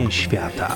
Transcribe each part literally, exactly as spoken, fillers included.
Kuchnie świata.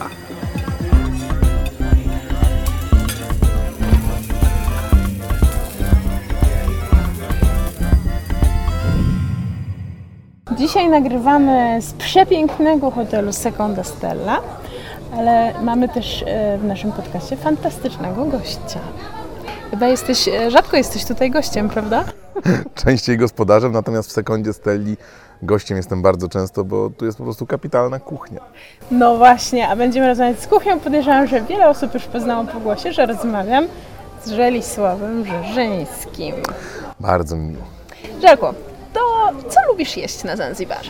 Dzisiaj nagrywamy z przepięknego hotelu Seconda Stella, ale mamy też w naszym podcaście fantastycznego gościa. Chyba jesteś, rzadko jesteś tutaj gościem, prawda? Częściej gospodarzem, natomiast w Secondzie Stelli gościem jestem bardzo często, bo tu jest po prostu kapitalna kuchnia. No właśnie, a będziemy rozmawiać z kuchnią. Podejrzewam, że wiele osób już poznało po głosie, że rozmawiam z Żelisławem Rzeżyńskim. Bardzo mi miło. Żelku, to co lubisz jeść na Zanzibarze?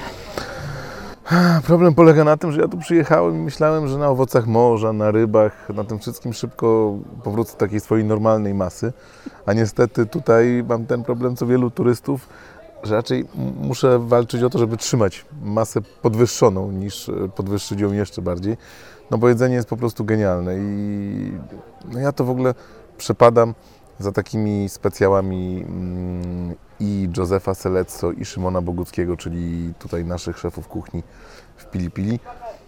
Problem polega na tym, że ja tu przyjechałem i myślałem, że na owocach morza, na rybach, na tym wszystkim szybko powrócę do takiej swojej normalnej masy, a niestety tutaj mam ten problem, co wielu turystów, że raczej muszę walczyć o to, żeby trzymać masę podwyższoną, niż podwyższyć ją jeszcze bardziej, no bo jedzenie jest po prostu genialne i no ja to w ogóle przepadam za takimi specjałami mm, i Józefa Selezzo i Szymona Boguckiego, czyli tutaj naszych szefów kuchni w Pili Pili.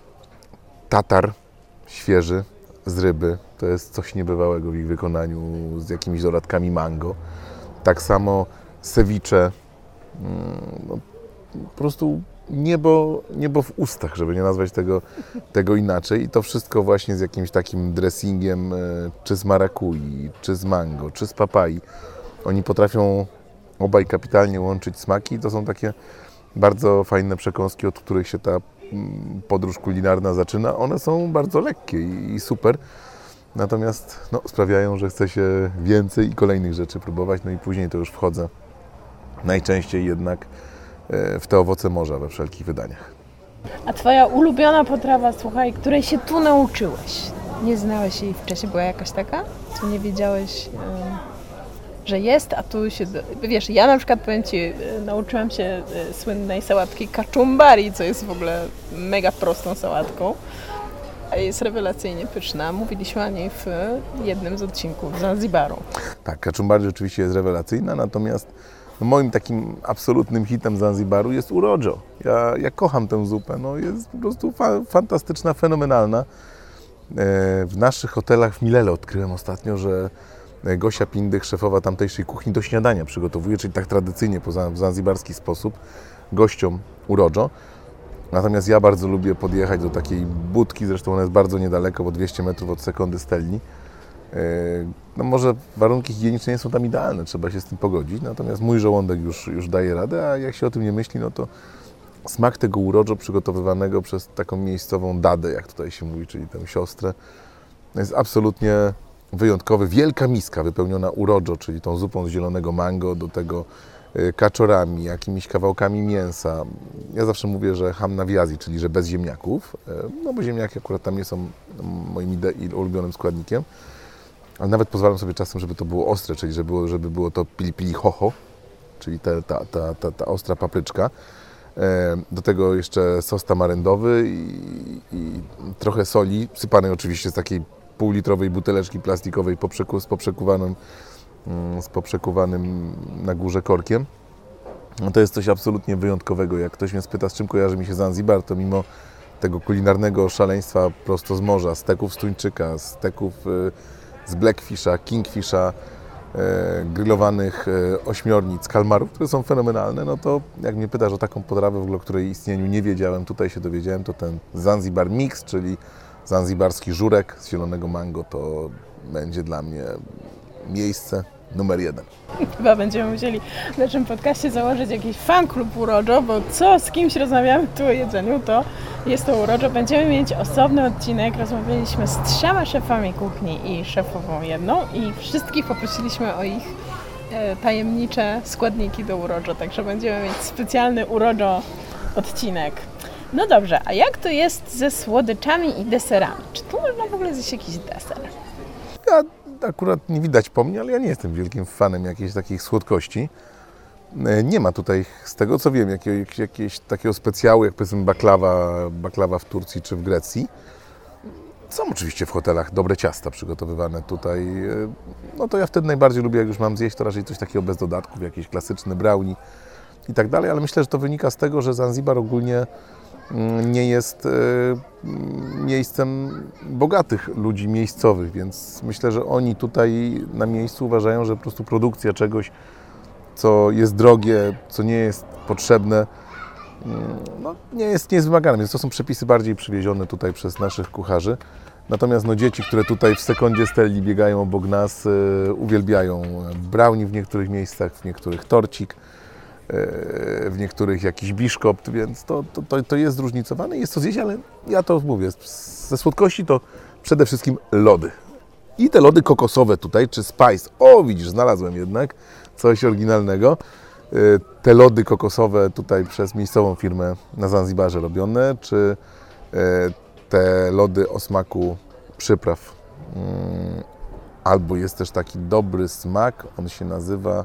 Tatar świeży z ryby, to jest coś niebywałego w ich wykonaniu, z jakimiś dodatkami mango. Tak samo ceviche, no, po prostu niebo, niebo w ustach, żeby nie nazwać tego, tego inaczej. I to wszystko właśnie z jakimś takim dressingiem, czy z marakui, czy z mango, czy z papai. Oni potrafią obaj kapitalnie łączyć smaki. To są takie bardzo fajne przekąski, od których się ta podróż kulinarna zaczyna. One są bardzo lekkie i super. Natomiast no, sprawiają, że chce się więcej i kolejnych rzeczy próbować. No i później to już wchodzę najczęściej jednak w te owoce morza we wszelkich wydaniach. A Twoja ulubiona potrawa, słuchaj, której się tu nauczyłeś? Nie znałeś jej wcześniej? Była jakaś taka? Co nie wiedziałeś, yy, że jest, a tu się... Wiesz, ja na przykład, powiem Ci, yy, nauczyłam się yy, słynnej sałatki kachumbari, co jest w ogóle mega prostą sałatką, a jest rewelacyjnie pyszna. Mówiliśmy o niej w jednym z odcinków Zanzibaru. Tak, kachumbari rzeczywiście jest rewelacyjna, natomiast no moim takim absolutnym hitem Zanzibaru jest urojo. Ja, ja kocham tę zupę, no jest po prostu fa- fantastyczna, fenomenalna. E, w naszych hotelach w Milele odkryłem ostatnio, że Gosia Pindych, szefowa tamtejszej kuchni, do śniadania przygotowuje, czyli tak tradycyjnie, w zanzibarski sposób, gościom urojo. Natomiast ja bardzo lubię podjechać do takiej budki, zresztą ona jest bardzo niedaleko, bo dwieście metrów od Secondy Stelli. No może warunki higieniczne nie są tam idealne, trzeba się z tym pogodzić, natomiast mój żołądek już, już daje radę, a jak się o tym nie myśli, no to smak tego urojo przygotowywanego przez taką miejscową dadę, jak tutaj się mówi, czyli tę siostrę, jest absolutnie wyjątkowy. Wielka miska wypełniona urojo, czyli tą zupą z zielonego mango, do tego kaczorami, jakimiś kawałkami mięsa. Ja zawsze mówię, że ham na wiazi, czyli że bez ziemniaków, no bo ziemniaki akurat tam nie są moim ulubionym składnikiem. Ale nawet pozwalam sobie czasem, żeby to było ostre, czyli żeby było, żeby było to pili pili hoho, czyli ta, ta, ta, ta, ta ostra papryczka. Do tego jeszcze sos tamarendowy i, i trochę soli, sypanej oczywiście z takiej półlitrowej buteleczki plastikowej poprzeku, z, poprzekuwanym, z poprzekuwanym na górze korkiem. No to jest coś absolutnie wyjątkowego. Jak ktoś mnie spyta, z czym kojarzy mi się Zanzibar, to mimo tego kulinarnego szaleństwa prosto z morza, steków z tuńczyka, steków z blackfisha, kingfisha, e, grillowanych e, ośmiornic, kalmarów, które są fenomenalne, no to jak mnie pytasz o taką potrawę, w ogóle o której istnieniu nie wiedziałem, tutaj się dowiedziałem, to ten Zanzibar Mix, czyli zanzibarski żurek z zielonego mango, to będzie dla mnie miejsce numer jeden. Chyba będziemy musieli w naszym podcaście założyć jakiś fan klub urojo, bo co z kimś rozmawiamy tu o jedzeniu, to jest to urojo. Będziemy mieć osobny odcinek, rozmawialiśmy z trzema szefami kuchni i szefową jedną i wszystkich poprosiliśmy o ich e, tajemnicze składniki do urojo, także będziemy mieć specjalny urojo odcinek. No dobrze, a jak to jest ze słodyczami i deserami? Czy tu można w ogóle zjeść jakiś deser? Ja akurat nie widać po mnie, ale ja nie jestem wielkim fanem jakichś takich słodkości. Nie ma tutaj, z tego co wiem, jakiegoś, jakiegoś takiego specjału, jak powiedzmy baklawa, baklawa w Turcji czy w Grecji. Są oczywiście w hotelach dobre ciasta przygotowywane tutaj. No to ja wtedy najbardziej lubię, jak już mam zjeść, to raczej coś takiego bez dodatków, jakiś klasyczny brownie, i tak dalej, ale myślę, że to wynika z tego, że Zanzibar ogólnie nie jest miejscem bogatych ludzi miejscowych, więc myślę, że oni tutaj na miejscu uważają, że po prostu produkcja czegoś, co jest drogie, co nie jest potrzebne, no, nie jest, nie jest wymagane, więc to są przepisy bardziej przywiezione tutaj przez naszych kucharzy. Natomiast no, dzieci, które tutaj w sekundzie Stelli biegają obok nas, y, uwielbiają brownie w niektórych miejscach, w niektórych torcik, y, w niektórych jakiś biszkopt, więc to, to, to, to jest zróżnicowane i jest to zjeść, ale ja to mówię, ze słodkości to przede wszystkim lody. I te lody kokosowe tutaj, czy spice, o widzisz, znalazłem jednak coś oryginalnego. Y, te lody kokosowe tutaj przez miejscową firmę na Zanzibarze robione, czy y, te lody o smaku przypraw. Albo jest też taki dobry smak, on się nazywa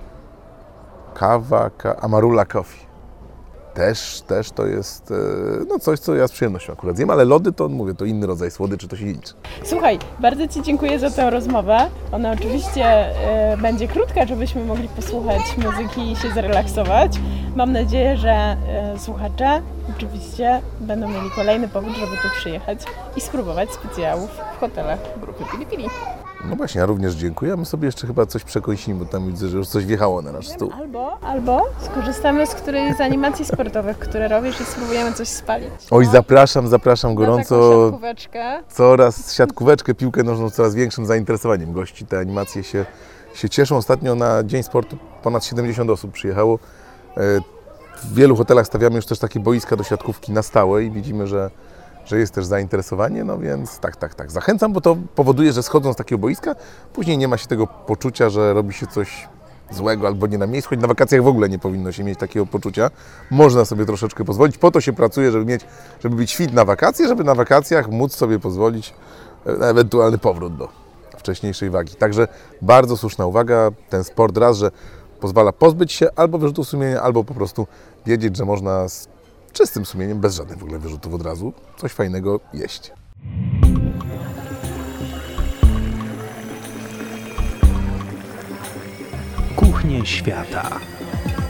kawa, ka, amarula coffee. Też, też to jest no coś, co ja z przyjemnością akurat zjem, ale lody to, mówię, to inny rodzaj słodyczy, to się liczy. Słuchaj, bardzo Ci dziękuję za tę rozmowę. Ona oczywiście y, będzie krótka, żebyśmy mogli posłuchać muzyki i się zrelaksować. Mam nadzieję, że y, słuchacze oczywiście będą mieli kolejny powód, żeby tu przyjechać i spróbować specjałów w hotelach grupy Pili Pili. No właśnie, ja również dziękuję. My sobie jeszcze chyba coś przekąsimy, bo tam widzę, że już coś wjechało na nasz stół. Albo, albo skorzystamy z którejś z animacji sportowych, które robisz i spróbujemy coś spalić. Oj, zapraszam, zapraszam gorąco. Na taką siatkóweczkę. Coraz siatkóweczkę, piłkę nożną z coraz większym zainteresowaniem gości. Te animacje się, się cieszą. Ostatnio na Dzień Sportu ponad siedemdziesiąt osób przyjechało. W wielu hotelach stawiamy już też takie boiska do siatkówki na stałe i widzimy, że że jest też zainteresowanie, no więc tak, tak, tak. Zachęcam, bo to powoduje, że schodząc z takiego boiska, później nie ma się tego poczucia, że robi się coś złego albo nie na miejscu, choć na wakacjach w ogóle nie powinno się mieć takiego poczucia. Można sobie troszeczkę pozwolić, po to się pracuje, żeby mieć, żeby być fit na wakacje, żeby na wakacjach móc sobie pozwolić na ewentualny powrót do wcześniejszej wagi. Także bardzo słuszna uwaga, ten sport raz, że pozwala pozbyć się albo wyrzutów sumienia, albo po prostu wiedzieć, że można z czystym sumieniem, bez żadnych w ogóle wyrzutów od razu, coś fajnego jeść. Kuchnie świata.